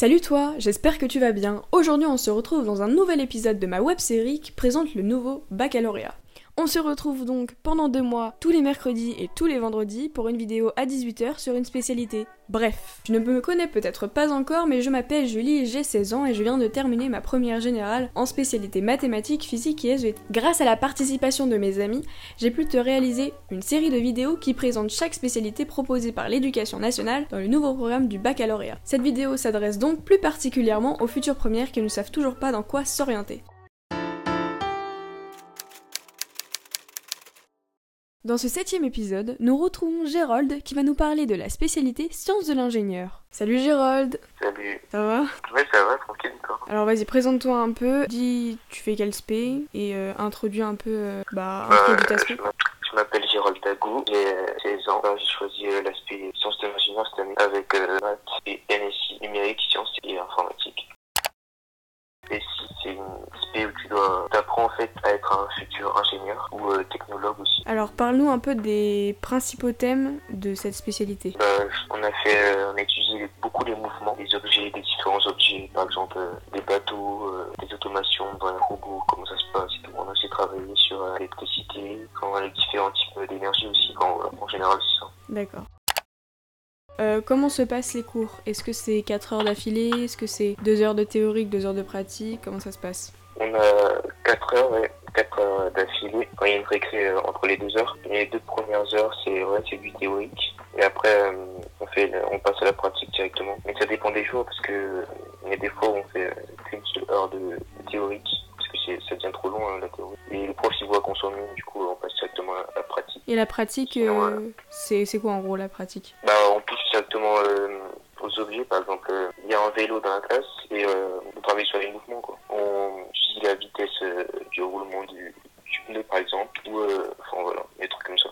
Salut toi, j'espère que tu vas bien. Aujourd'hui on se retrouve dans un nouvel épisode de ma web-série qui présente le nouveau baccalauréat. On se retrouve donc pendant 2 mois, tous les mercredis et tous les vendredis, pour une vidéo à 18h sur une spécialité. Bref, tu ne me connais peut-être pas encore, mais je m'appelle Julie, j'ai 16 ans et je viens de terminer ma première générale en spécialité mathématiques, physique et SVT. Grâce à la participation de mes amis, j'ai pu te réaliser une série de vidéos qui présentent chaque spécialité proposée par l'éducation nationale dans le nouveau programme du baccalauréat. Cette vidéo s'adresse donc plus particulièrement aux futures premières qui ne savent toujours pas dans quoi s'orienter. Dans ce 7e épisode, nous retrouvons Gérold qui va nous parler de la spécialité sciences de l'ingénieur. Salut Gérold. Salut. Ça va? Ouais, ça va, tranquille, toi. Alors vas-y, présente-toi un peu, dis tu fais quel spé et introduis un peu, introduis ta spé. Je m'appelle Gérold Dagou, j'ai 16 ans. J'ai choisi l'aspect sciences de l'ingénieur cette année avec maths et NSI, numérique, sciences et informatique. Et si c'est une spé où tu t'apprends en fait à être un futur ingénieur ou technologue aussi. Alors parle-nous un peu des principaux thèmes de cette spécialité. On a étudié beaucoup les mouvements, les objets, des différents objets, par exemple des bateaux, des automations dans les robots, comment ça se passe et tout. On a aussi travaillé sur l'électricité, les différents types d'énergie aussi, en général c'est ça. D'accord. Comment se passent les cours? Est-ce que c'est 4 heures d'affilée? Est-ce que c'est 2 heures de théorique, 2 heures de pratique? Comment ça se passe? On a 4 heures, ouais, 4 heures d'affilée. Quand il y a une récré entre les 2 heures. Les 2 premières heures, c'est du théorique. Et après, on passe à la pratique directement. Mais ça dépend des jours parce que il y a des fois où on fait qu'une seule heure de théorique. Parce que ça devient trop long, la théorie. Et le prof, il voit qu'on s'ennuie, du coup, on passe directement à la pratique. Et la pratique, c'est quoi en gros la pratique? On touche directement aux objets, par exemple, il y a un vélo dans la classe et on travaille sur les mouvements, quoi. On utilise la vitesse du roulement du pneu, par exemple, ou des trucs comme ça.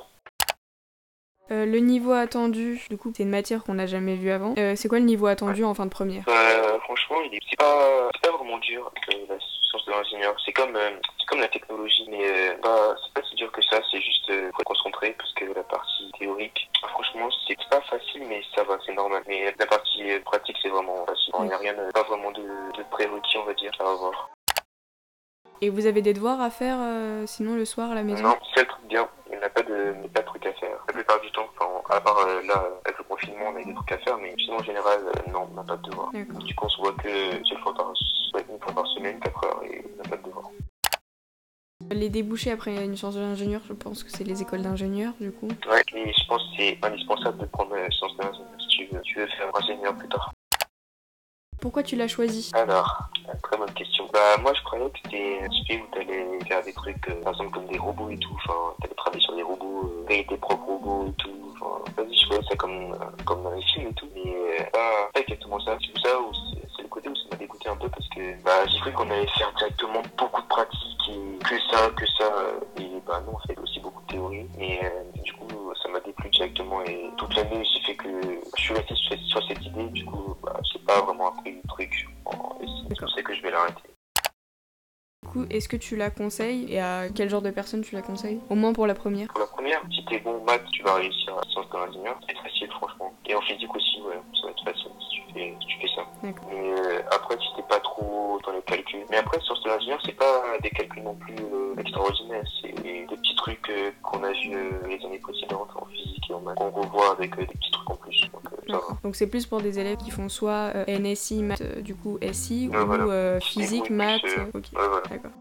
Le niveau attendu, du coup, c'est une matière qu'on n'a jamais vue avant. C'est quoi le niveau attendu en fin de première? Franchement, c'est pas vraiment dur la science de l'ingénieur. C'est comme la technologie, mais c'est pas si dur que ça. C'est juste faut être concentré parce que la partie théorique, franchement, c'est pas facile, mais ça va, c'est normal. Mais la partie pratique, c'est vraiment facile. Il n'y a rien, pas vraiment de prérequis, on va dire, à avoir. Et vous avez des devoirs à faire sinon le soir à la maison? Non, c'est le truc bien. Il n'y a pas de trucs à faire. La plupart du temps, à part là, avec le confinement, on a des trucs à faire, mais sinon en général, non, on n'a pas de devoirs. D'accord. Du coup, on se voit que une fois par semaine, 4 heures, et on n'a pas de devoirs. Les débouchés après une science de l'ingénieur, je pense que c'est les écoles d'ingénieurs du coup. Ouais, et je pense que c'est indispensable de prendre science de l'ingénieur si tu veux faire ingénieur plus tard. Pourquoi tu l'as choisi? Alors, très bonne question. Moi je croyais que c'était un spé où t'allais faire des trucs, par exemple comme des robots et tout, t'allais travailler sur des robots, créer tes propres robots et tout, vas-y, je voyais ça comme dans les films et tout, mais pas exactement ça. C'est pour ça où c'est le côté où ça m'a dégoûté un peu parce que j'ai cru qu'on allait faire directement beaucoup de pratiques et que ça, et non, on fait aussi beaucoup de théorie, mais du coup ça m'a déplu directement et toute l'année j'ai fait que je suis resté sur cette idée, du coup j'ai pas vraiment appris le truc, c'est pour ça que je vais l'arrêter. Du coup, est-ce que tu la conseilles et à quel genre de personne tu la conseilles? Au moins pour la première. Pour la première, si t'es bon en maths, tu vas réussir à sciences de l'ingénieur, c'est facile franchement. Et en physique aussi, ouais, ça va être facile si tu fais ça. D'accord. Mais après, si t'es pas trop dans les calculs. Mais après, sciences de l'ingénieur, c'est pas des calculs non plus extraordinaires, c'est des petits trucs qu'on a vu les années précédentes en physique et en maths, qu'on revoit avec des petits trucs en plus. Donc ça va. Donc c'est plus pour des élèves qui font soit NSI, maths, du coup SI, ou voilà. physique, maths. Ok, voilà. d'accord.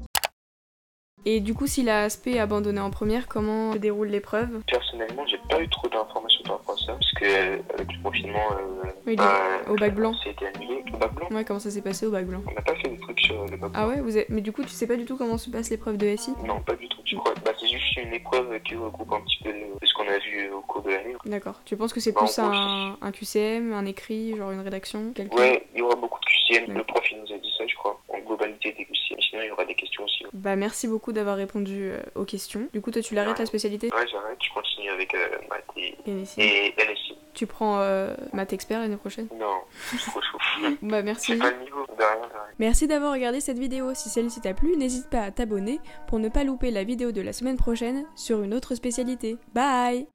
Et du coup, si la aspect est abandonnée en première, comment se déroule l'épreuve? Personnellement, j'ai pas eu trop d'informations par rapport à ça, parce que avec le confinement, au bac blanc. Ça a été annulé. Au bac blanc? Ouais, comment ça s'est passé au bac blanc? On n'a pas fait de trucs sur le bac blanc. Ah ouais, mais du coup, tu sais pas du tout comment se passe l'épreuve de SI? Non, pas du tout. Je crois. C'est juste une épreuve qui regroupe un petit peu de ce qu'on a vu au cours de l'année. D'accord. Tu penses que c'est plus un QCM, un écrit, genre une rédaction, Ouais, il y aura beaucoup de QCM. Le prof, il nous a dit ça, je crois. En globalité des QCM. Sinon, il y aura des questions aussi. Merci beaucoup d'avoir répondu aux questions. Du coup, toi, tu l'arrêtes la spécialité? Ouais, j'arrête. Je continue avec maths et NSI. Tu prends maths expert l'année prochaine? Non, c'est trop chaud. Merci. C'est pas le niveau, de rien. Merci d'avoir regardé cette vidéo. Si celle-ci t'a plu, n'hésite pas à t'abonner pour ne pas louper la vidéo de la semaine prochaine sur une autre spécialité. Bye!